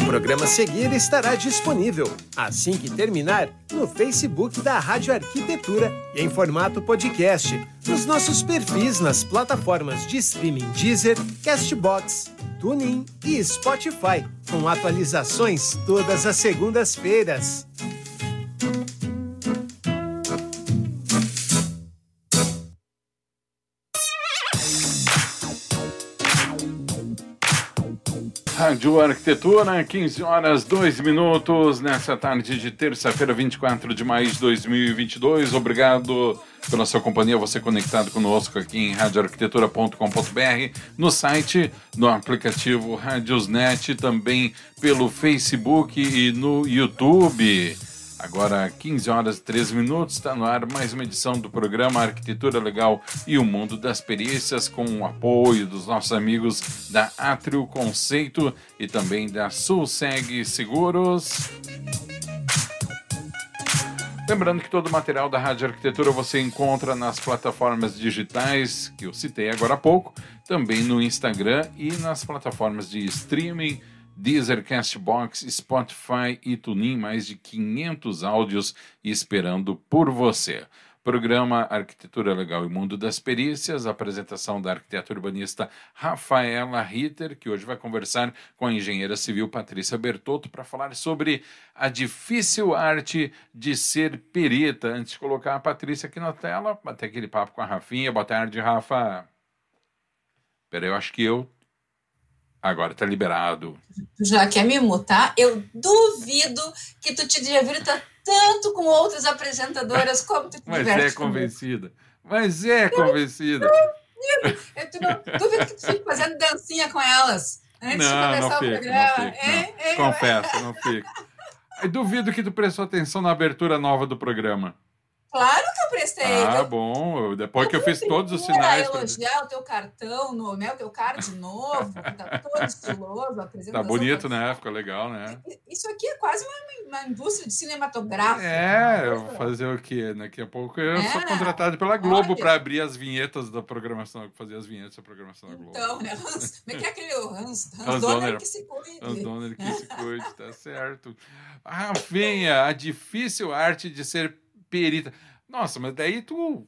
programa a seguir estará disponível, assim que terminar, no Facebook da Rádio Arquitetura e em formato podcast, nos nossos perfis nas plataformas de streaming Deezer, Castbox, TuneIn e Spotify, com atualizações todas as segundas-feiras. Rádio Arquitetura, 15 horas 2 minutos, nessa tarde de terça-feira, 24 de maio de 2022. Obrigado pela sua companhia, você conectado conosco aqui em radioarquitetura.com.br, no site, no aplicativo Radiosnet, também pelo Facebook e no YouTube. Agora, 15 horas e 13 minutos, está no ar mais uma edição do programa Arquitetura Legal e o Mundo das Perícias, com o apoio dos nossos amigos da Atrio Conceito e também da Sulseg Seguros. Lembrando que todo o material da Rádio Arquitetura você encontra nas plataformas digitais que eu citei agora há pouco, também no Instagram e nas plataformas de streaming, Deezer, Castbox, Spotify e TuneIn, mais de 500 áudios esperando por você. Programa Arquitetura Legal e Mundo das Perícias, apresentação da arquiteta urbanista Rafaela Ritter, que hoje vai conversar com a engenheira civil Patrícia Bertotto para falar sobre a difícil arte de ser perita. Antes de colocar a Patrícia aqui na tela, bater aquele papo com a Rafinha. Boa tarde, Rafa. Peraí, eu acho que agora tá liberado. Tu já quer me mutar? Eu duvido que tu te divirta tanto com outras apresentadoras como tu te diverte convencida. Mas é convencida. Eu duvido que tu fique fazendo dancinha com elas antes de começar o programa. Confesso, não fico. Eu duvido que tu prestou atenção na abertura nova do programa. Claro que eu prestei. Bom. Depois que eu fiz todos os sinais. Elogiar o teu cartão, o teu card novo, que tá todo estiloso. Tá bonito, né? Ficou legal, né? Isso aqui é quase uma indústria de cinematográfica. Eu vou fazer o quê? Daqui a pouco eu sou contratado pela Globo para abrir as vinhetas da programação, fazer as vinhetas da programação da Globo. Então, né? Como é que é aquele Hans Donner que se cuide? Hans Donner que se cuide, tá certo. Rafinha, a difícil arte de ser perita. Nossa, mas daí tu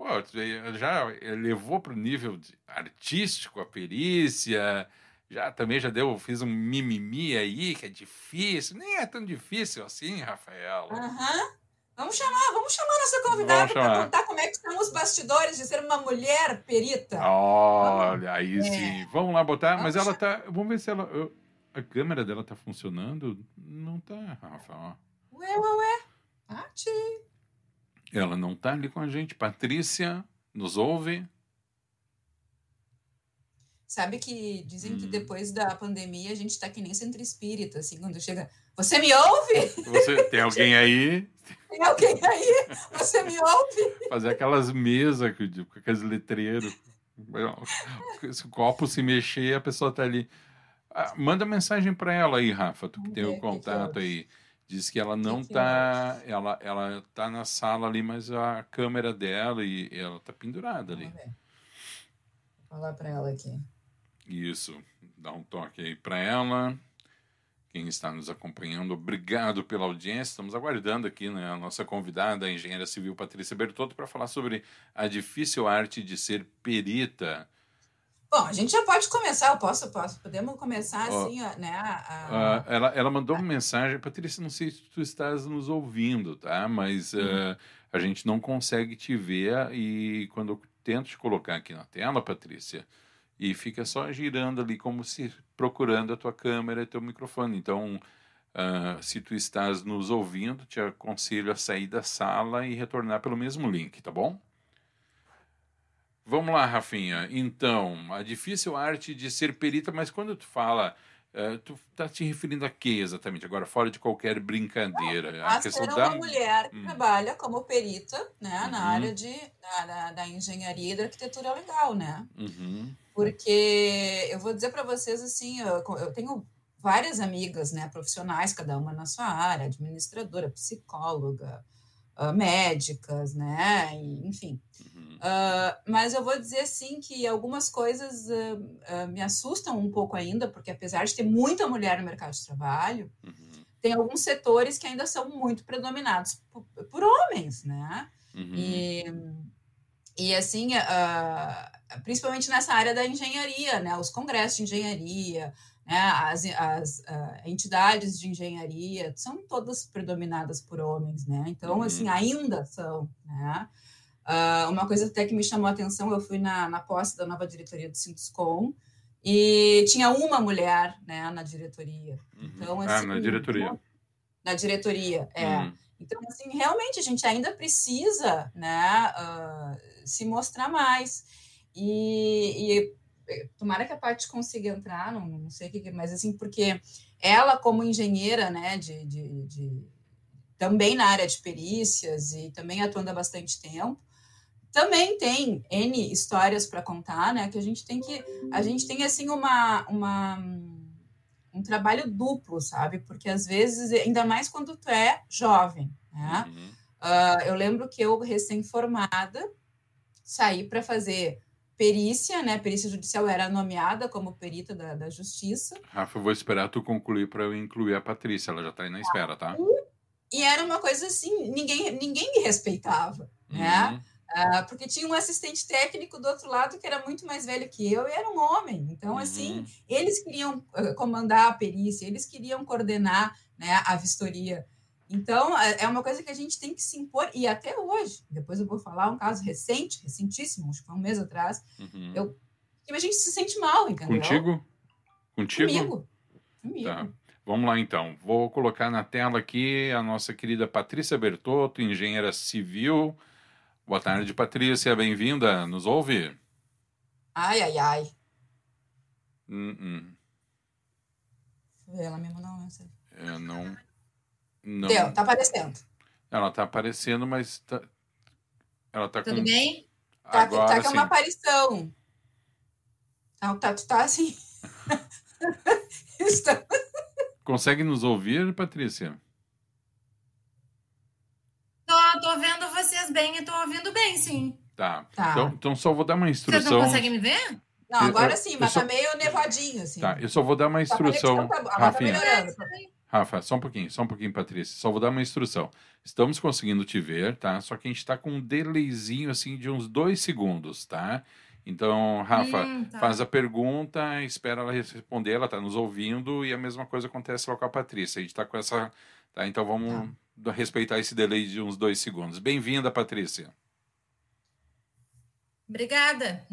já levou para o nível artístico a perícia, fiz um mimimi aí, que é difícil. Nem é tão difícil assim, Rafaela. Vamos chamar nossa convidada para contar como é que estão os bastidores de ser uma mulher perita. Olha, aí sim. Vamos lá botar, mas ela tá... Vamos ver se ela... A câmera dela tá funcionando? Não tá, Rafa. Ué. Tati... Ela não está ali com a gente. Patrícia, nos ouve? Sabe que dizem que depois da pandemia a gente está que nem centro espírita, assim, quando chega... Você me ouve? Tem alguém aí? Tem alguém aí? Você me ouve? Fazer aquelas mesas com aqueles letreiros. Se o copo se mexer, a pessoa está ali. Manda mensagem para ela aí, Rafa, tu que tem o contato aí. Diz que ela não tá... Ela tá na sala ali, mas a câmera dela e ela tá pendurada ali. Vou falar para ela aqui. Isso. Dá um toque aí para ela. Quem está nos acompanhando, obrigado pela audiência. Estamos aguardando aqui, né, a nossa convidada, a engenheira civil Patrícia Bertotto, para falar sobre a difícil arte de ser perita. Bom, a gente já pode começar, podemos começar assim, né? Ela mandou uma mensagem, Patrícia, não sei se tu estás nos ouvindo, tá? Mas a gente não consegue te ver e quando eu tento te colocar aqui na tela, Patrícia, e fica só girando ali como se procurando a tua câmera e teu microfone. Então, se tu estás nos ouvindo, te aconselho a sair da sala e retornar pelo mesmo link, tá bom? Vamos lá, Rafinha. Então, a difícil arte de ser perita, mas quando tu fala, tu tá te referindo a quê exatamente? Agora, fora de qualquer brincadeira. A questão ser uma mulher que trabalha como perita, né, na área da engenharia e da arquitetura legal, né? Porque eu vou dizer para vocês assim, eu tenho várias amigas, né, profissionais, cada uma na sua área, administradora, psicóloga, médicas, né, e, enfim. Mas eu vou dizer, sim, que algumas coisas me assustam um pouco ainda, porque apesar de ter muita mulher no mercado de trabalho, tem alguns setores que ainda são muito predominados por homens, né? E assim, principalmente nessa área da engenharia, né? Os congressos de engenharia, né? As entidades de engenharia são todas predominadas por homens, né? Então, assim, ainda são, né? Uma coisa até que me chamou a atenção, eu fui na posse da nova diretoria do Sinduscom e tinha uma mulher, né, na diretoria. Então, assim, na diretoria. Na diretoria, Então, assim, realmente a gente ainda precisa, né, se mostrar mais. E tomara que a Paty consiga entrar, não sei o que, mas assim, porque ela, como engenheira, né, também na área de perícias e também atuando há bastante tempo, também tem N histórias para contar, né, que a gente tem assim um trabalho duplo, sabe? Porque às vezes, ainda mais quando tu é jovem, né? Eu lembro que eu, recém-formada, saí para fazer perícia, né? Perícia judicial, era nomeada como perita da justiça. Rafa, eu vou esperar tu concluir para eu incluir a Patrícia, ela já está aí na espera, tá? E era uma coisa assim, ninguém me respeitava, né? Porque tinha um assistente técnico do outro lado que era muito mais velho que eu e era um homem. Então, assim, eles queriam comandar a perícia, eles queriam coordenar, né, a vistoria. Então, é uma coisa que a gente tem que se impor, e até hoje, depois eu vou falar um caso recentíssimo, acho que foi um mês atrás, a gente se sente mal, entendeu? Contigo? Comigo. Tá. Vamos lá, então. Vou colocar na tela aqui a nossa querida Patrícia Bertotto, engenheira civil. Boa tarde, Patrícia. Bem-vinda. Nos ouve? Ai. Ela me mandou uma mensagem. Não. Deu, tá aparecendo. Ela tá aparecendo, mas ela tá Tudo com... bem? Agora tá com uma aparição. Tu tá assim... Consegue nos ouvir, Patrícia? Tô vendo vocês bem e tô ouvindo bem, sim. Tá. Então só vou dar uma instrução. Vocês não conseguem me ver? Não, agora sim, mas tá meio nevadinho, assim. Tá, eu só vou dar uma instrução. Agora tá melhorando. Rafa, só um pouquinho, Patrícia. Só vou dar uma instrução. Estamos conseguindo te ver, tá? Só que a gente tá com um delayzinho, assim, de uns 2 segundos, tá? Então, Rafa, faz a pergunta, espera ela responder, ela tá nos ouvindo, e a mesma coisa acontece lá com a Patrícia. A gente tá com essa... Tá? Então vamos respeitar esse delay de uns 2 segundos. Bem-vinda, Patrícia. Obrigada.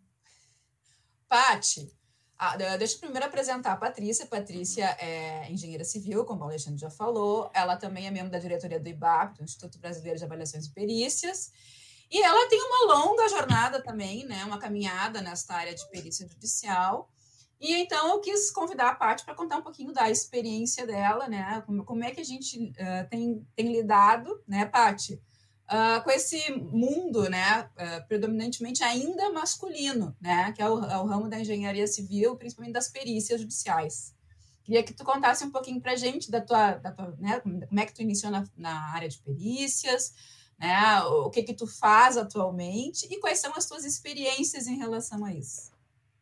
Paty, deixa eu primeiro apresentar a Patrícia. Patrícia é engenheira civil, como o Alexandre já falou. Ela também é membro da diretoria do IBAP, do Instituto Brasileiro de Avaliações e Perícias. E ela tem uma longa jornada também, né, uma caminhada nesta área de perícia judicial. E então eu quis convidar a Paty para contar um pouquinho da experiência dela, né, como é que a gente tem lidado, né, Paty, com esse mundo, né, predominantemente ainda masculino, né, que é o ramo da engenharia civil, principalmente das perícias judiciais. Queria que tu contasse um pouquinho para a gente da tua né, como é que tu iniciou na área de perícias, né, o que tu faz atualmente e quais são as tuas experiências em relação a isso.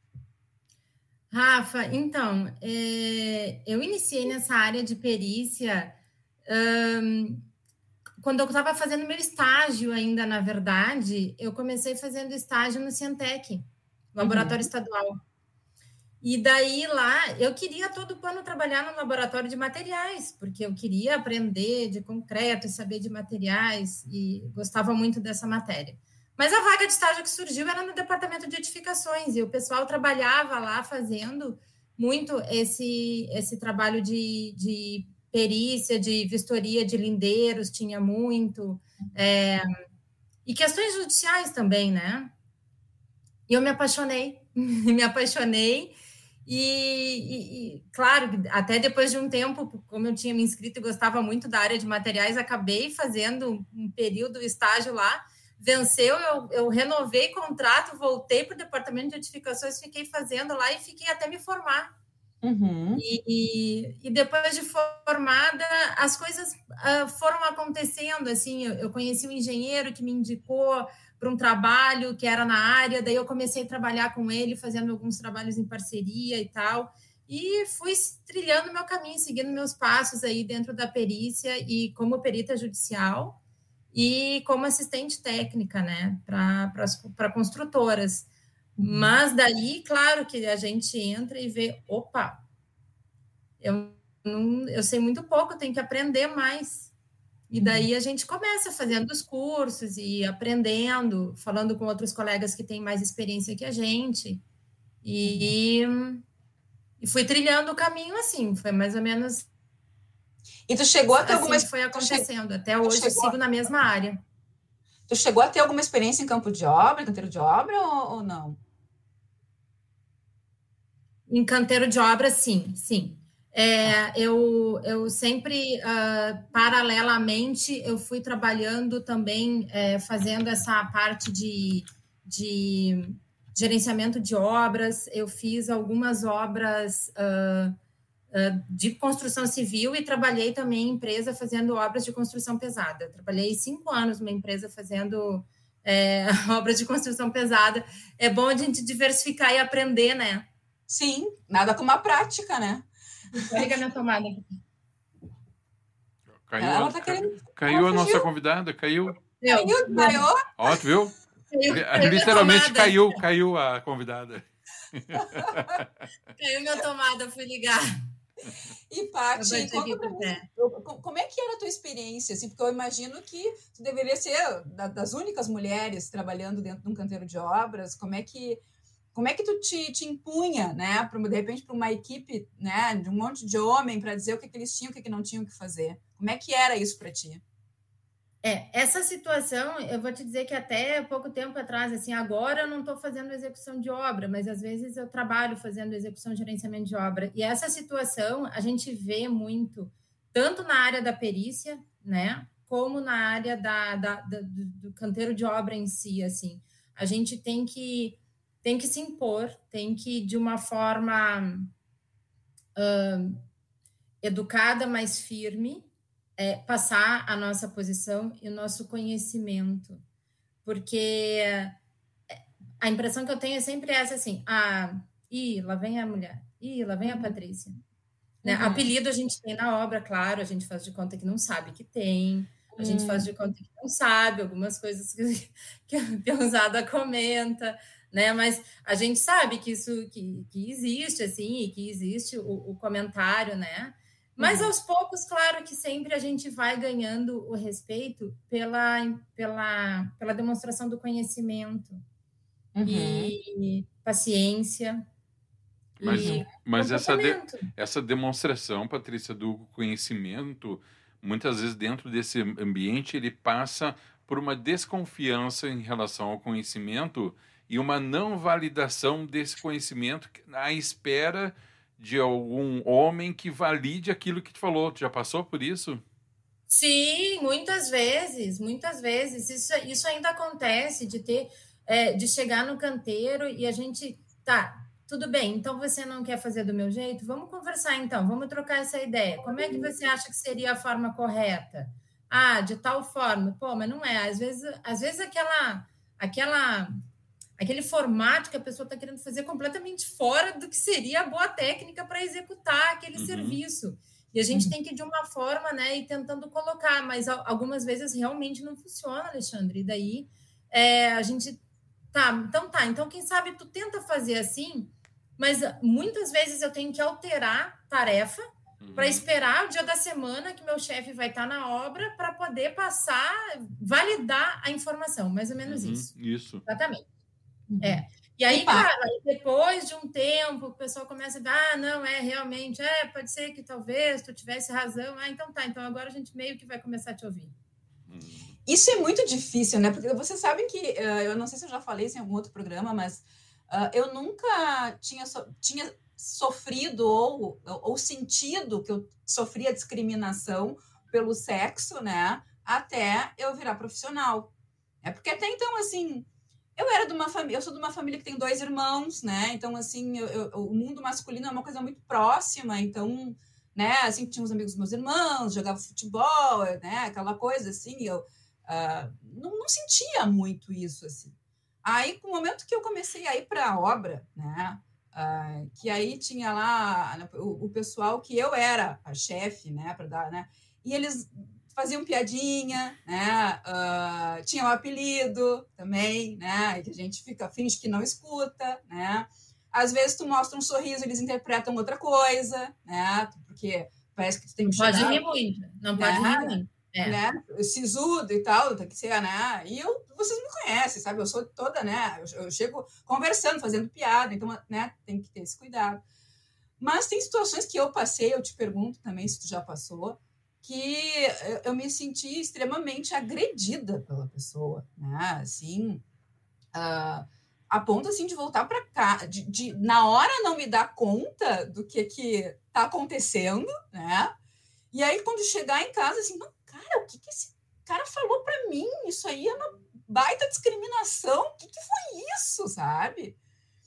Rafa, então, eu iniciei nessa área de perícia quando eu estava fazendo meu estágio ainda, na verdade, eu comecei fazendo estágio no Cientec, laboratório estadual. E daí lá, eu queria todo ano trabalhar no laboratório de materiais, porque eu queria aprender de concreto e saber de materiais, e gostava muito dessa matéria. Mas a vaga de estágio que surgiu era no departamento de edificações, e o pessoal trabalhava lá fazendo muito esse trabalho de perícia, de vistoria de lindeiros, tinha muito, e questões judiciais também, né? E eu me apaixonei, e claro, até depois de um tempo, como eu tinha me inscrito e gostava muito da área de materiais, acabei fazendo um período estágio lá, venceu, eu renovei contrato, voltei para o departamento de edificações, fiquei fazendo lá e fiquei até me formar. E depois de formada, as coisas foram acontecendo, assim, eu conheci um engenheiro que me indicou para um trabalho que era na área, daí eu comecei a trabalhar com ele, fazendo alguns trabalhos em parceria e tal, e fui trilhando meu caminho, seguindo meus passos aí dentro da perícia e como perita judicial e como assistente técnica, né, para construtoras. Mas daí, claro que a gente entra e vê, opa, eu sei muito pouco, eu tenho que aprender mais. E daí a gente começa fazendo os cursos e aprendendo, falando com outros colegas que têm mais experiência que a gente. E fui trilhando o caminho assim, foi mais ou menos. E tu chegou a ter assim alguma... foi acontecendo. Até hoje eu sigo na mesma área. Tu chegou a ter alguma experiência em campo de obra, canteiro de obra ou não? Em canteiro de obra, sim. Eu sempre, paralelamente, eu fui trabalhando também, fazendo essa parte de gerenciamento de obras. Eu fiz algumas obras de construção civil e trabalhei também em empresa fazendo obras de construção pesada. Trabalhei 5 anos numa empresa fazendo obras de construção pesada. É bom a gente diversificar e aprender, né? Sim, nada como a prática, né? Liga minha tomada. Caiu a nossa convidada, caiu. Caiu. Ó, tu viu? Literalmente caiu a convidada. Caiu minha tomada, eu fui ligar. E, Paty, como é que era a tua experiência? Assim, porque eu imagino que tu deveria ser das únicas mulheres trabalhando dentro de um canteiro de obras. Como é que tu te impunha, né, de repente, para uma equipe, né, de um monte de homem para dizer o que eles tinham, o que não tinham que fazer? Como é que era isso para ti? Essa situação, eu vou te dizer que até pouco tempo atrás, assim, agora eu não estou fazendo execução de obra, mas às vezes eu trabalho fazendo execução e gerenciamento de obra. E essa situação a gente vê muito, tanto na área da perícia, né, como na área do canteiro de obra em si, assim. A gente tem que se impor, tem que, de uma forma educada, mais firme, passar a nossa posição e o nosso conhecimento. Porque a impressão que eu tenho é sempre essa, assim, lá vem a mulher, lá vem a Patrícia. Né? Apelido a gente tem na obra, claro, a gente faz de conta que não sabe que tem, a gente faz de conta que não sabe, algumas coisas que a peãozada comenta, né? Mas a gente sabe que isso que existe, assim, e que existe o comentário, né? Mas aos poucos, claro que sempre a gente vai ganhando o respeito pela demonstração do conhecimento e paciência. Mas essa demonstração, Patrícia, do conhecimento, muitas vezes dentro desse ambiente ele passa por uma desconfiança em relação ao conhecimento e uma não validação desse conhecimento à espera de algum homem que valide aquilo que tu falou. Tu já passou por isso? Sim, muitas vezes. Isso ainda acontece, de chegar no canteiro e a gente... Tá, tudo bem, então você não quer fazer do meu jeito? Vamos conversar então, vamos trocar essa ideia. Como é que você acha que seria a forma correta? De tal forma. Pô, mas não é. Às vezes aquele formato que a pessoa está querendo fazer completamente fora do que seria a boa técnica para executar aquele serviço. E a gente tem que, de uma forma, né, ir tentando colocar, mas algumas vezes realmente não funciona, Alexandre. E daí a gente... Então quem sabe tu tenta fazer assim, mas muitas vezes eu tenho que alterar tarefa para esperar o dia da semana que meu chefe vai estar na obra para poder validar a informação, mais ou menos isso. Isso. Exatamente. E aí, cara, depois de um tempo, o pessoal começa a ver, não, realmente, pode ser que talvez tu tivesse razão, então então agora a gente meio que vai começar a te ouvir. Isso é muito difícil, né? Porque vocês sabem que, eu não sei se eu já falei isso em algum outro programa, mas eu nunca tinha sofrido ou sentido que eu sofria discriminação pelo sexo, né? Até eu virar profissional. Porque até então, assim, eu sou de uma família que tem 2 irmãos, né? Então, assim, o mundo masculino é uma coisa muito próxima, então, né? Assim, tinha uns amigos dos meus irmãos, jogava futebol, né? Aquela coisa, assim, não sentia muito isso, assim. Aí, no momento que eu comecei a ir para a obra, né, que aí tinha lá o pessoal que eu era a chefe, né, para dar, né, e eles faziam piadinha, né, tinha um apelido também, né, que a gente finge que não escuta, né, às vezes tu mostra um sorriso, eles interpretam outra coisa, né, porque parece que tu tem um cheiro. Pode rir muito, não pode rir muito. Né, sisudo e tal, tem que ser, né, e vocês me conhecem, sabe, eu sou toda, né, eu chego conversando, fazendo piada, então, né, tem que ter esse cuidado. Mas tem situações que eu passei, eu te pergunto também se tu já passou, que eu me senti extremamente agredida pela pessoa, né, assim, a ponto, assim, de voltar para cá, de na hora não me dar conta do que tá acontecendo, né, e aí quando chegar em casa, assim, não, cara, o que esse cara falou para mim? Isso aí é uma baita discriminação, o que foi isso, sabe?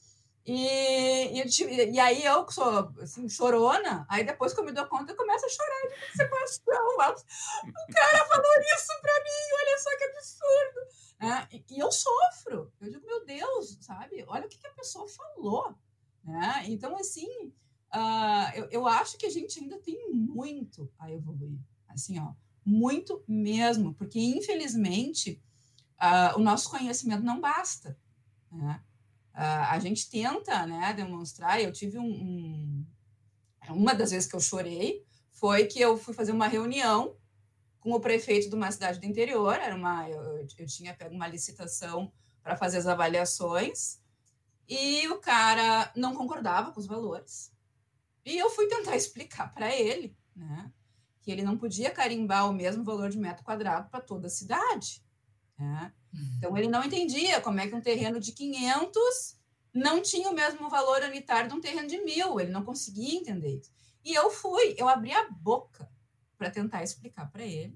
E aí eu que sou assim, chorona, aí depois que eu me dou conta, eu começo a chorar de separação. O cara falou isso para mim, olha só que absurdo. E eu sofro, eu digo, meu Deus, sabe? Olha o que a pessoa falou. Né? Então, assim, eu acho que a gente ainda tem muito a evoluir, assim, ó, muito mesmo, porque, infelizmente, o nosso conhecimento não basta, né? A gente tenta, né, demonstrar. Eu tive uma das vezes que eu chorei foi que eu fui fazer uma reunião com o prefeito de uma cidade do interior. Eu tinha pego uma licitação para fazer as avaliações e o cara não concordava com os valores. E eu fui tentar explicar para ele, né, que ele não podia carimbar o mesmo valor de metro quadrado para toda a cidade. Né? Então, ele não entendia como é que um terreno de 500 não tinha o mesmo valor unitário de um terreno de 1.000. Ele não conseguia entender isso. E eu abri a boca para tentar explicar para ele.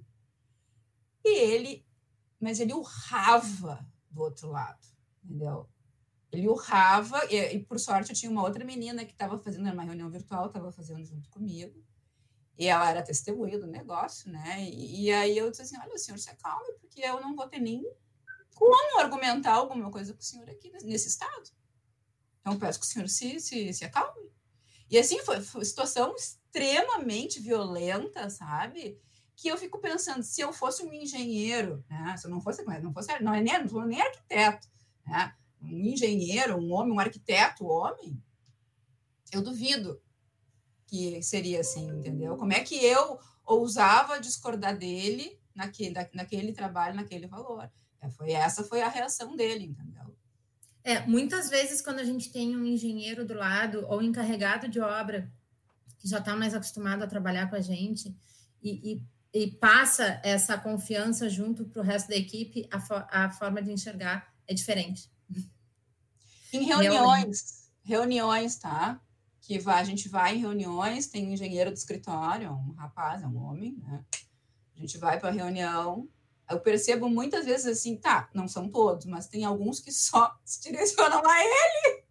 Mas ele urrava do outro lado, entendeu? Ele urrava, e por sorte eu tinha uma outra menina que estava fazendo uma reunião virtual, estava fazendo junto comigo, e ela era testemunha do negócio, né? E aí eu disse assim, olha, o senhor se acalme, porque eu não vou ter nem como argumentar alguma coisa com o senhor aqui nesse estado. Então, peço que o senhor se acalme. E assim, foi uma situação extremamente violenta, sabe? Que eu fico pensando, se eu fosse um engenheiro, né? Se eu não sou nem arquiteto, né? Um engenheiro, um homem, um arquiteto, homem, eu duvido que seria assim, entendeu? Como é que eu ousava discordar dele naquele trabalho, naquele valor? Essa foi a reação dele, entendeu? Muitas vezes, quando a gente tem um engenheiro do lado ou encarregado de obra que já está mais acostumado a trabalhar com a gente e passa essa confiança junto para o resto da equipe, a forma de enxergar é diferente. Em reuniões, tá? A gente vai em reuniões, tem um engenheiro do escritório, um rapaz, é um homem, né? A gente vai para a reunião, eu percebo muitas vezes assim, tá, não são todos, mas tem alguns que só se direcionam a ele.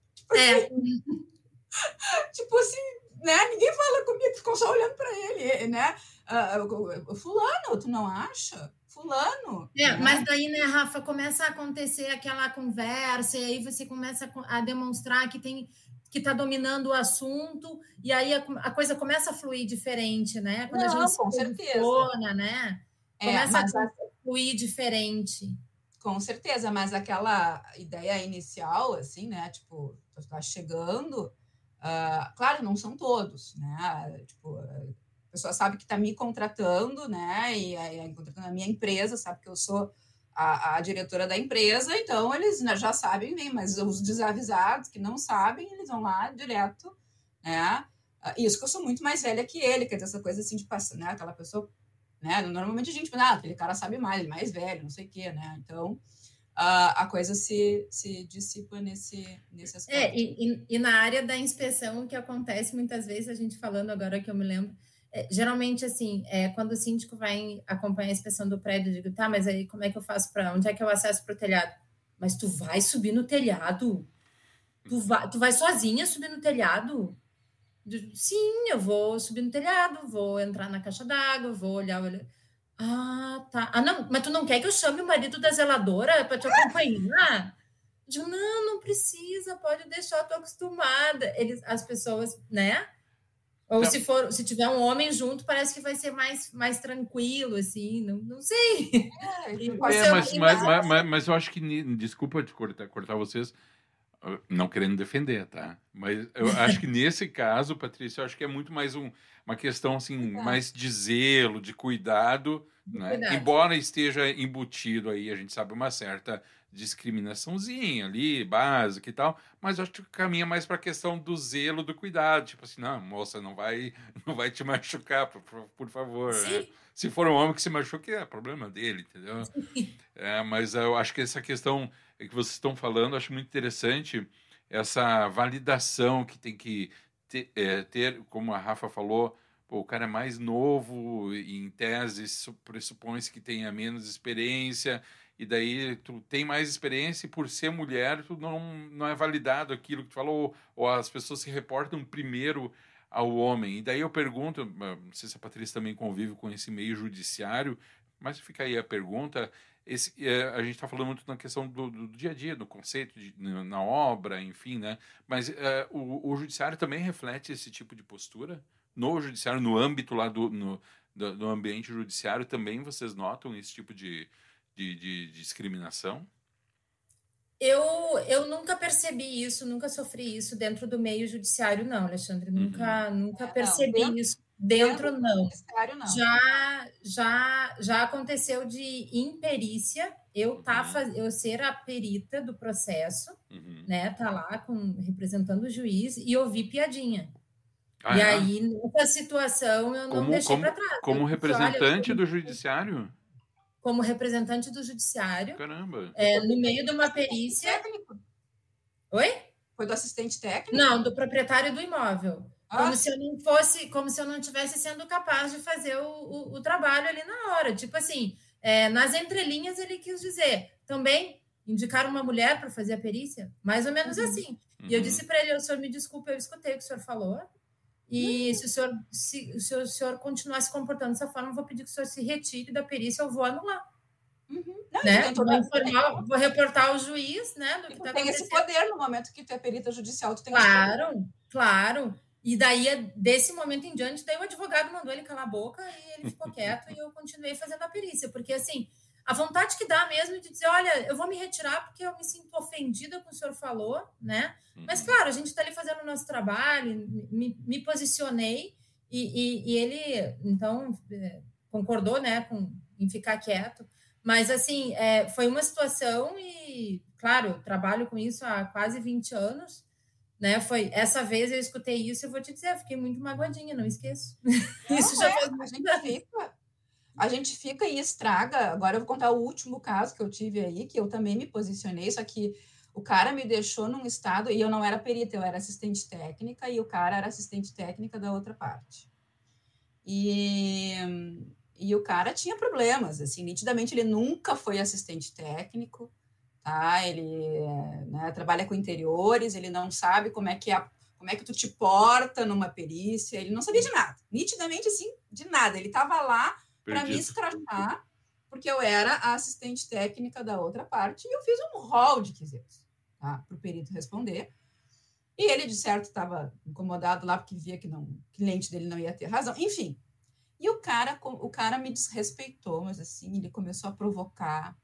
Tipo assim, né? Ninguém fala comigo, ficam só olhando para ele, né? Fulano, tu não acha? Fulano. Né? Mas daí, né, Rafa, começa a acontecer aquela conversa, e aí você começa a demonstrar que está dominando o assunto, e aí a coisa começa a fluir diferente, né? Quando a gente com certeza, né? Começa a fluir diferente. Com certeza, mas aquela ideia inicial, assim, né? Tipo, tu tá chegando, claro, não são todos, né? Tipo, a pessoa sabe que está me contratando, né? E contratando a minha empresa, sabe que eu sou a diretora da empresa, então eles, né, já sabem, né, mas os desavisados que não sabem, eles vão lá direto, né? Isso que eu sou muito mais velha que ele, quer dizer, essa coisa assim de passar, né? Aquela pessoa, né? Normalmente a gente pensa, aquele cara sabe mais, ele é mais velho, não sei o quê, né? Então a coisa se dissipa nesse aspecto. E na área da inspeção, o que acontece muitas vezes, a gente falando agora que eu me lembro, geralmente, assim, quando o síndico vai acompanhar a inspeção do prédio, eu digo, tá, mas aí como é que eu faço onde é que eu acesso para o telhado? Mas tu vai subir no telhado? Tu vai sozinha subir no telhado? Sim, eu vou subir no telhado, vou entrar na caixa d'água, vou olhar. Ah, tá. Ah, não, mas tu não quer que eu chame o marido da zeladora para te acompanhar? Eu digo, não precisa, pode deixar, eu tô acostumada. As pessoas, né? Ou se tiver um homem junto, parece que vai ser mais tranquilo, assim, não sei. Mas eu acho que, desculpa te cortar vocês, não querendo defender, tá? Mas eu acho que nesse caso, Patrícia, eu acho que é muito mais uma questão, assim, mais de zelo, de cuidado, né? Embora esteja embutido aí, a gente sabe, uma certa discriminaçãozinha ali, básica e tal, mas eu acho que caminha mais para a questão do zelo, do cuidado, tipo assim, não, moça, não vai te machucar, por favor, né? Se for um homem que se machuque, é problema dele, entendeu? Mas eu acho que essa questão que vocês estão falando, eu acho muito interessante, essa validação que tem que ter, como a Rafa falou, pô, o cara é mais novo, e em tese pressupõe-se que tenha menos experiência, e daí tu tem mais experiência e por ser mulher tu não é validado aquilo que tu falou, ou as pessoas se reportam primeiro ao homem. E daí eu pergunto, não sei se a Patrícia também convive com esse meio judiciário, mas fica aí a pergunta, a gente está falando muito na questão do dia a dia, do conceito, na obra, enfim, né? Mas o judiciário também reflete esse tipo de postura? No judiciário, no âmbito lá do ambiente judiciário, também vocês notam esse tipo de discriminação? Eu nunca percebi isso, nunca sofri isso dentro do meio judiciário, não, Alexandre. Nunca percebi isso dentro, não. Já aconteceu de imperícia, eu ser a perita do processo, né? Tá lá representando o juiz e ouvir piadinha. E aí, nessa situação, eu não deixei para trás. Como representante do judiciário? Como representante do judiciário. Caramba. No meio de uma perícia. Técnico. Oi? Foi do assistente técnico? Não, do proprietário do imóvel. Como se eu não tivesse sendo capaz de fazer o trabalho ali na hora. Tipo assim, nas entrelinhas ele quis dizer, também indicar uma mulher para fazer a perícia? Mais ou menos assim. E eu disse para ele, o senhor me desculpe, eu escutei o que o senhor falou. E se o senhor continuar se comportando dessa forma, eu vou pedir que o senhor se retire da perícia, eu vou anular. Né? Vou reportar ao juiz, né? Do que tá tem esse poder no momento que tu é perita judicial, tu tem Claro. E daí, desse momento em diante, daí o advogado mandou ele calar a boca e ele ficou quieto e eu continuei fazendo a perícia, porque assim, a vontade que dá mesmo de dizer, olha, eu vou me retirar porque eu me sinto ofendida com o que o senhor falou, né? Mas, claro, a gente está ali fazendo o nosso trabalho, me posicionei e ele, então, concordou, né, em ficar quieto. Mas, assim, foi uma situação e, claro, trabalho com isso há quase 20 anos, né? Essa vez eu escutei isso e eu vou te dizer, eu fiquei muito magoadinha, não esqueço. Isso já faz muito tempo. A gente fica e estraga. Agora eu vou contar o último caso que eu tive aí, que eu também me posicionei, só que o cara me deixou num estado, e eu não era perita, eu era assistente técnica, e o cara era assistente técnica da outra parte. E o cara tinha problemas, assim, nitidamente ele nunca foi assistente técnico, tá? Ele trabalha com interiores, ele não sabe como é que tu te porta numa perícia, ele não sabia de nada, nitidamente, assim, de nada. Ele estava lá para me escrachar, porque eu era a assistente técnica da outra parte, e eu fiz um rol de quesitos, tá? Para o perito responder. E ele, de certo, estava incomodado lá, porque via que o cliente dele não ia ter razão. Enfim. E o cara me desrespeitou, mas assim, ele começou a provocar.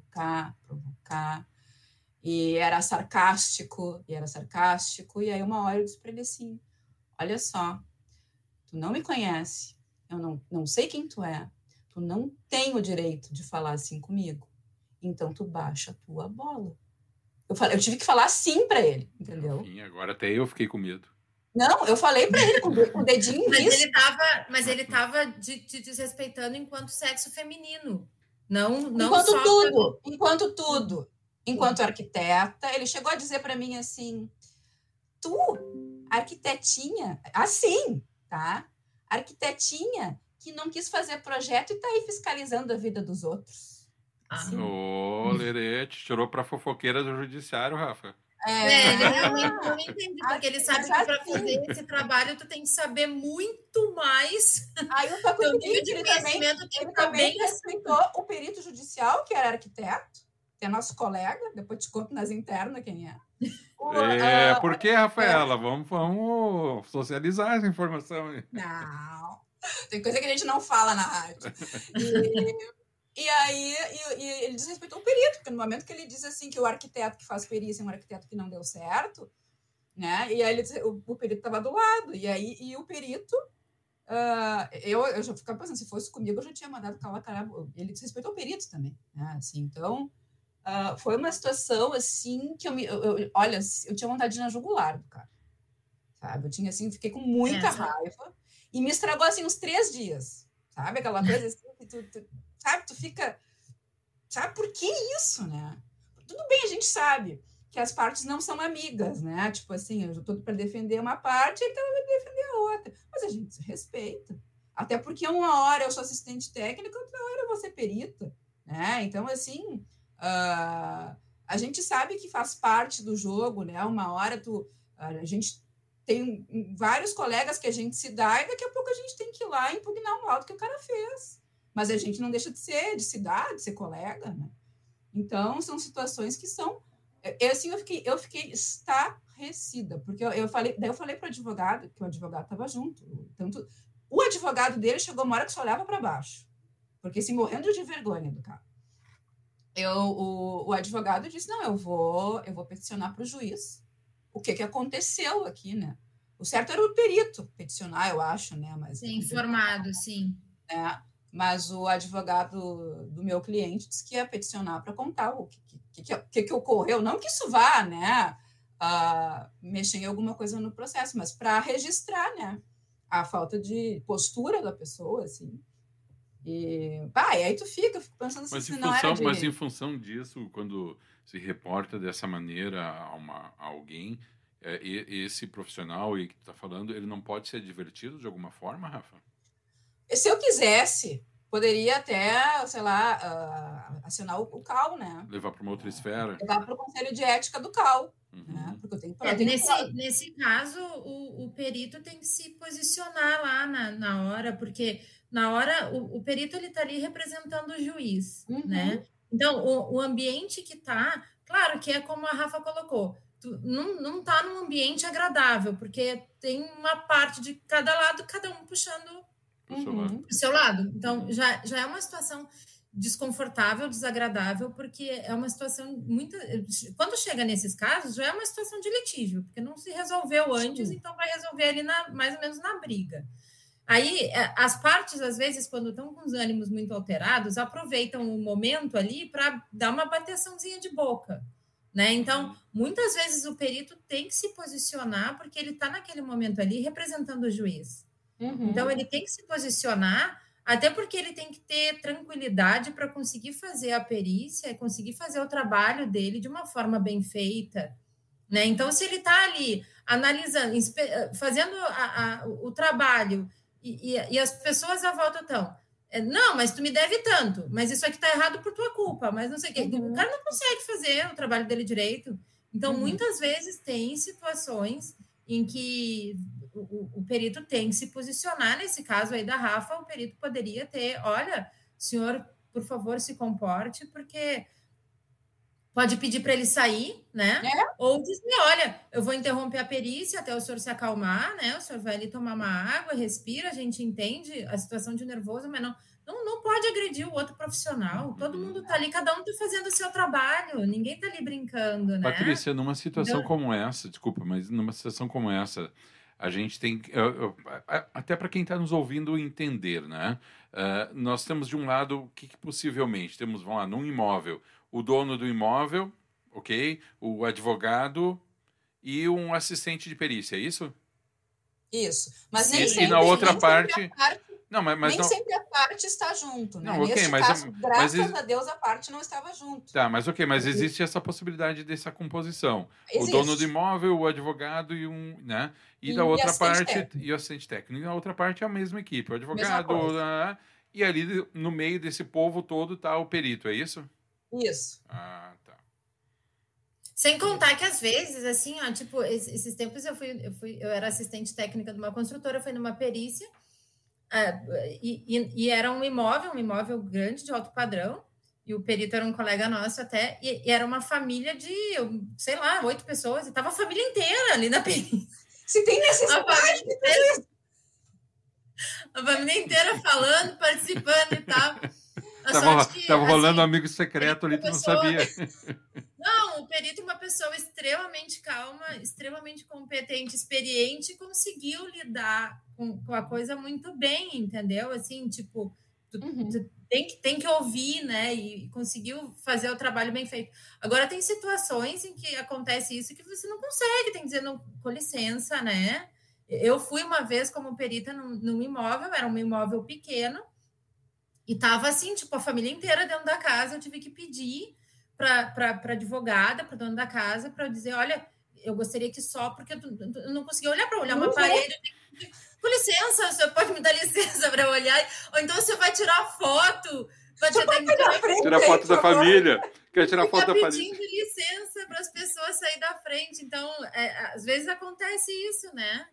E era sarcástico. E aí, uma hora eu disse para ele assim, olha só, tu não me conhece, eu não sei quem tu é, tu não tem o direito de falar assim comigo, então tu baixa a tua bola. Eu tive que falar sim para ele, entendeu? Enfim, agora até eu fiquei com medo. Não, eu falei para ele com o dedinho nisso. Mas ele tava te desrespeitando enquanto sexo feminino. Não Enquanto tudo. Enquanto arquiteta, ele chegou a dizer para mim assim, tu, arquitetinha, assim, tá? Arquitetinha que não quis fazer projeto e tá aí fiscalizando a vida dos outros. Ô, Lerete, tirou pra fofoqueira do judiciário, Rafa. Ele realmente não entende, porque ele sabe que para fazer esse trabalho tu tem que saber muito mais. Aí o Paco Felipe, ele também respeitou o perito judicial, que era arquiteto, que é nosso colega, depois te conto nas internas quem é. Por que, Rafaela? Vamos socializar essa informação aí. Não, tem coisa que a gente não fala na rádio. E aí ele desrespeitou o perito, porque no momento que ele diz assim que o arquiteto que faz perícia é um arquiteto que não deu certo, né? E aí o perito estava do lado, e o perito, eu já ficava pensando, se fosse comigo, eu já tinha mandado calar a cara. Ele desrespeitou o perito também, né? Assim, então, foi uma situação assim que olha, eu tinha vontade de ir na jugular do cara, sabe? Eu tinha assim, fiquei com muita raiva e me estragou assim uns 3 dias, sabe? Aquela coisa assim que tu fica, sabe por que isso, né? Tudo bem, a gente sabe que as partes não são amigas, né? Tipo assim, eu estou para defender uma parte, ele vai defender a outra. Mas a gente se respeita. Até porque uma hora eu sou assistente técnica, outra hora eu vou ser perita, né? Então, assim, a gente sabe que faz parte do jogo, né? Uma hora a gente tem vários colegas que a gente se dá e daqui a pouco a gente tem que ir lá e impugnar um laudo que o cara fez. Mas a gente não deixa de se dar, de ser colega, né? Então, são situações que são... Assim, eu fiquei estarrecida, porque eu falei para o advogado, que o advogado estava junto. Tanto, o advogado dele chegou uma hora que só olhava para baixo, porque se morrendo de vergonha do cara. O advogado disse, não, eu vou peticionar para o juiz o que aconteceu aqui, né? O certo era o perito peticionar, eu acho, né? Mas, sim, informado, sim. Mas o advogado do meu cliente disse que ia peticionar para contar o que ocorreu. Não que isso vá, né, mexer em alguma coisa no processo, mas para registrar, né, a falta de postura da pessoa, assim. E aí tu fica pensando assim, Mas em função disso, quando se reporta dessa maneira a alguém, esse profissional aí que tu está falando, ele não pode ser advertido de alguma forma, Rafa? Se eu quisesse, poderia até, sei lá, acionar o CAU, né? Levar para uma outra esfera. Levar para o Conselho de Ética do CAU. Né? Porque eu tenho nesse caso, o perito tem que se posicionar lá na hora, porque na hora o perito ele está ali representando o juiz, né? Então, o ambiente que está, claro que é como a Rafa colocou, não está num ambiente agradável, porque tem uma parte de cada lado, cada um puxando pro seu lado. Então, já é uma situação desconfortável, desagradável, porque é uma situação muito... Quando chega nesses casos, já é uma situação de litígio, porque não se resolveu antes, então vai resolver ali mais ou menos na briga. Aí, as partes, às vezes, quando estão com os ânimos muito alterados, aproveitam o momento ali para dar uma bateçãozinha de boca, né? Então, muitas vezes o perito tem que se posicionar, porque ele está naquele momento ali representando o juiz. Então, ele tem que se posicionar, até porque ele tem que ter tranquilidade para conseguir fazer a perícia, conseguir fazer o trabalho dele de uma forma bem feita, né? Então, se ele está ali analisando, fazendo o trabalho e as pessoas à volta estão, não, mas tu me deve tanto, mas isso aqui está errado por tua culpa, mas não sei o quê. O cara não consegue fazer o trabalho dele direito. Então, muitas vezes tem situações em que o perito tem que se posicionar. Nesse caso aí da Rafa, o perito poderia ter, olha, senhor, por favor, se comporte, porque pode pedir para ele sair, né? Ou dizer, olha, eu vou interromper a perícia até o senhor se acalmar, né? O senhor vai ali tomar uma água, respira, a gente entende a situação de nervoso, mas não pode agredir o outro profissional. Todo mundo está ali, cada um está fazendo o seu trabalho, ninguém está ali brincando, né? Patrícia, numa situação como essa, desculpa, mas numa situação como essa, a gente tem, até para quem está nos ouvindo entender, né? Nós temos de um lado, o que possivelmente temos, vamos lá, num imóvel, o dono do imóvel, ok? O advogado e um assistente de perícia, é isso? Isso. Mas nem sempre, e na outra parte... Não, mas nem sempre a parte está junto, né? Não, Neste caso, graças a Deus, a parte não estava junto. Tá, mas mas existe essa possibilidade dessa composição. Existe. O dono do imóvel, o advogado e né? E da outra parte, e o assistente técnico. E na outra parte é a mesma equipe, o advogado, e ali no meio desse povo todo está o perito, é isso? Isso. Ah, tá. Sem contar que às vezes, assim, ó, tipo, esses tempos eu era assistente técnica de uma construtora, fui numa perícia, e era um imóvel grande, de alto padrão, e o perito era um colega nosso até, e era uma família de, sei lá, 8 pessoas, e estava a família inteira ali na perícia. Se tem necessidade. A família inteira falando, participando e tal. Tava rolando um amigo secreto ali, tu não sabia. Não, o perito é uma pessoa extremamente calma, extremamente competente, experiente, conseguiu lidar com a coisa muito bem, entendeu? Assim, tipo, tu tem que ouvir, né? E conseguiu fazer o trabalho bem feito. Agora, tem situações em que acontece isso que você não consegue, tem que dizer, não, com licença, né? Eu fui uma vez como perita num imóvel, era um imóvel pequeno, e tava assim, tipo, a família inteira dentro da casa, eu tive que pedir para advogada, para dona da casa, para dizer, olha, eu gostaria que só, porque eu não conseguia olhar uma parede. Com licença, o senhor pode me dar licença para olhar? Ou então você vai tirar foto, tirar foto da família. Quer tirar foto da família? Pedindo licença para as pessoas saírem da frente. Então, às vezes acontece isso, né?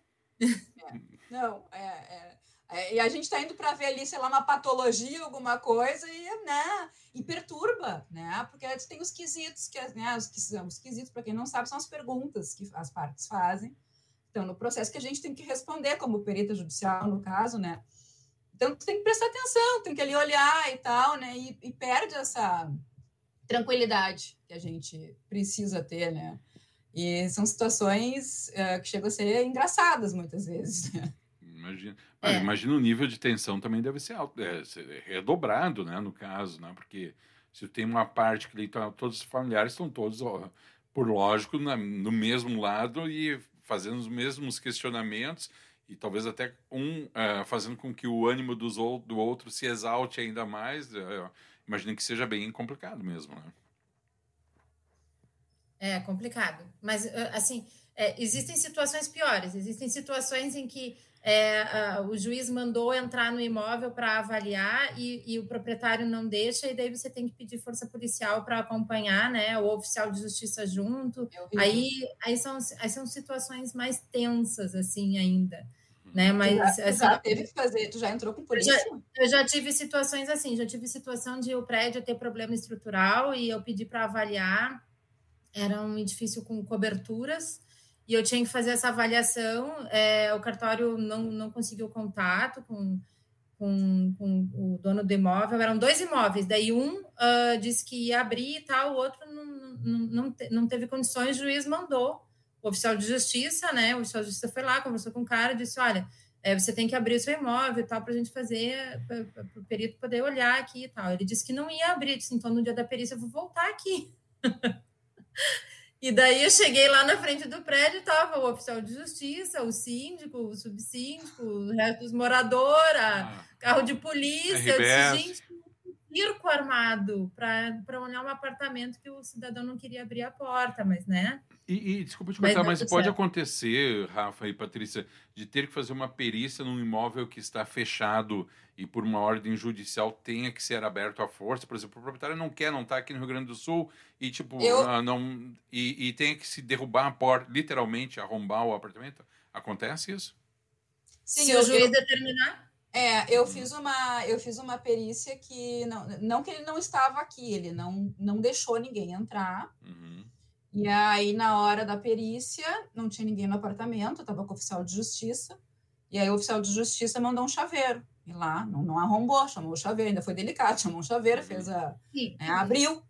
E a gente está indo para ver ali, sei lá, uma patologia, alguma coisa, e perturba, né? Porque tem os quesitos, os quesitos, para quem não sabe, são as perguntas que as partes fazem. Então, no processo que a gente tem que responder, como perita judicial, no caso, né? Então, tu tem que prestar atenção, tem que ali olhar e tal, né? E perde essa tranquilidade que a gente precisa ter, né? E são situações que chegam a ser engraçadas, muitas vezes, né? Imagina o nível de tensão também deve ser alto, redobrado, né, no caso, né, porque se tem uma parte que todos os familiares estão todos, por lógico, no mesmo lado e fazendo os mesmos questionamentos e talvez até fazendo com que o ânimo do outro se exalte ainda mais, imagino que seja bem complicado mesmo, né? É complicado, mas assim, existem situações piores, existem situações em que o juiz mandou entrar no imóvel para avaliar e o proprietário não deixa, e daí você tem que pedir força policial para acompanhar, né, o oficial de justiça junto. Aí são situações mais tensas, assim, ainda, né? Mas tu já teve que fazer, tu já entrou com polícia? Eu já tive situações assim, já tive situação de o prédio ter problema estrutural e eu pedi para avaliar. Era um edifício com coberturas e eu tinha que fazer essa avaliação. O cartório não conseguiu contato com o dono do imóvel. Eram 2 imóveis, daí um disse que ia abrir e tal, o outro não teve condições. O juiz mandou o oficial de justiça, né? O oficial de justiça foi lá, conversou com o cara, disse: olha, você tem que abrir o seu imóvel e tal, para a gente fazer, para o perito poder olhar aqui e tal. Ele disse que não ia abrir, disse: então no dia da perícia eu vou voltar aqui. E daí eu cheguei lá na frente do prédio, estava o oficial de justiça, o síndico, o subsíndico, o resto dos moradores, carro de polícia. Eu disse, gente, circo armado para olhar um apartamento que o cidadão não queria abrir a porta, mas, né? E desculpa te cortar, mas pode acontecer, Rafa e Patrícia, de ter que fazer uma perícia num imóvel que está fechado e por uma ordem judicial tenha que ser aberto à força. Por exemplo, o proprietário não está aqui no Rio Grande do Sul e e tenha que se derrubar a porta, literalmente arrombar o apartamento. Acontece isso? Sim, se o juiz determinar. Eu fiz uma perícia que não que ele não estava aqui, ele não deixou ninguém entrar. E aí, na hora da perícia, não tinha ninguém no apartamento, estava com o oficial de justiça, e aí o oficial de justiça mandou um chaveiro, e lá não arrombou, chamou o chaveiro, ainda foi delicado, chamou um chaveiro, fez abriu,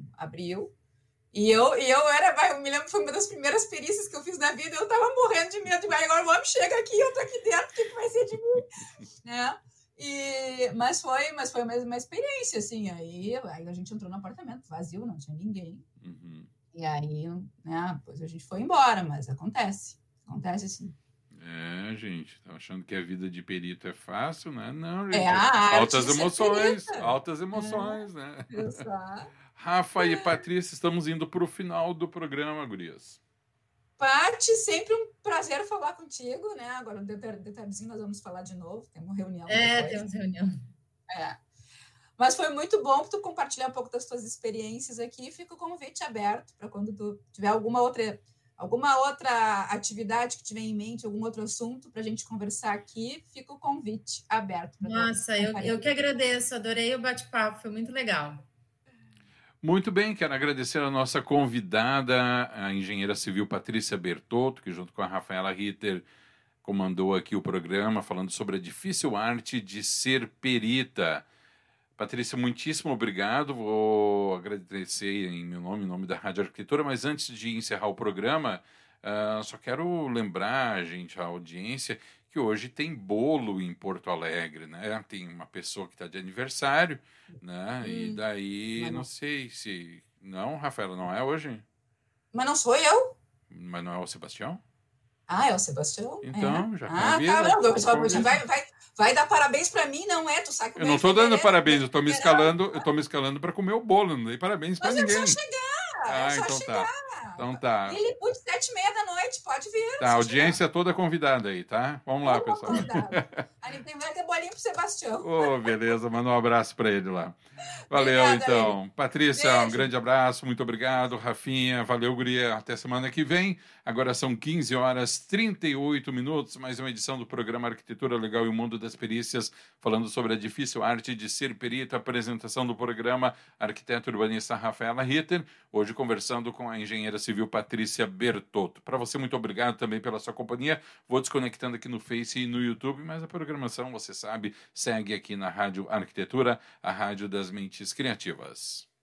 e eu me lembro que foi uma das primeiras perícias que eu fiz na vida, eu estava morrendo de medo, agora o homem chega aqui, eu tô aqui dentro, o que vai ser de mim? Né? Mas foi uma experiência, assim, aí a gente entrou no apartamento, vazio, não tinha ninguém. E aí, né, depois a gente foi embora, mas acontece sim. Gente, tá achando que a vida de perito é fácil, né? Não, gente. Altas emoções, né? Exato. Rafa e Patrícia, estamos indo para o final do programa, gurias. Paty, sempre um prazer falar contigo, né? Agora, de tardezinho, nós vamos falar de novo, temos reunião. Temos reunião. Mas foi muito bom que tu compartilhar um pouco das tuas experiências aqui. Fica o convite aberto para quando tu tiver alguma outra atividade que tiver em mente, algum outro assunto para a gente conversar aqui, fica o convite aberto. Nossa, eu que agradeço, adorei o bate-papo, foi muito legal. Muito bem, quero agradecer a nossa convidada, a engenheira civil Patrícia Bertotto, que junto com a Rafaela Ritter comandou aqui o programa, falando sobre a difícil arte de ser perita. Patrícia, muitíssimo obrigado. Vou agradecer em meu nome, em nome da Rádio Arquitetura, mas antes de encerrar o programa, só quero lembrar, gente, a audiência, que hoje tem bolo em Porto Alegre, né? Tem uma pessoa que está de aniversário, né? E daí, não sei se... Não, Rafaela, não é hoje? Mas não sou eu? Mas não é o Sebastião? Ah, é o Sebastião? Então, já convida. Ah, tá, não, vai dar parabéns para mim, não é? Tu sabe que eu não estou dando parabéns, eu estou me escalando para comer o bolo, não dei parabéns para ninguém. Mas é só chegar, então chegar. Tá. Então tá. Lilliput, 7h30 pode vir. Tá, a audiência chegar. Toda convidada aí, tá? Vamos lá, pessoal. Vai ter bolinho pro Sebastião. Beleza, manda um abraço para ele lá. Valeu, obrigada, então. Ele. Patrícia, beijo. Um grande abraço, muito obrigado. Rafinha, valeu, guria. Até semana que vem. Agora são 15h38, mais uma edição do programa Arquitetura Legal e o Mundo das Perícias, falando sobre a difícil arte de ser perito. Apresentação do programa arquiteto urbanista Rafaela Ritter, hoje conversando com a engenheira civil Patrícia Bertotto. Para você, muito obrigado também pela sua companhia. Vou desconectando aqui no Face e no YouTube, mas a programação, você sabe, segue aqui na Rádio Arquitetura, a rádio das mentes criativas.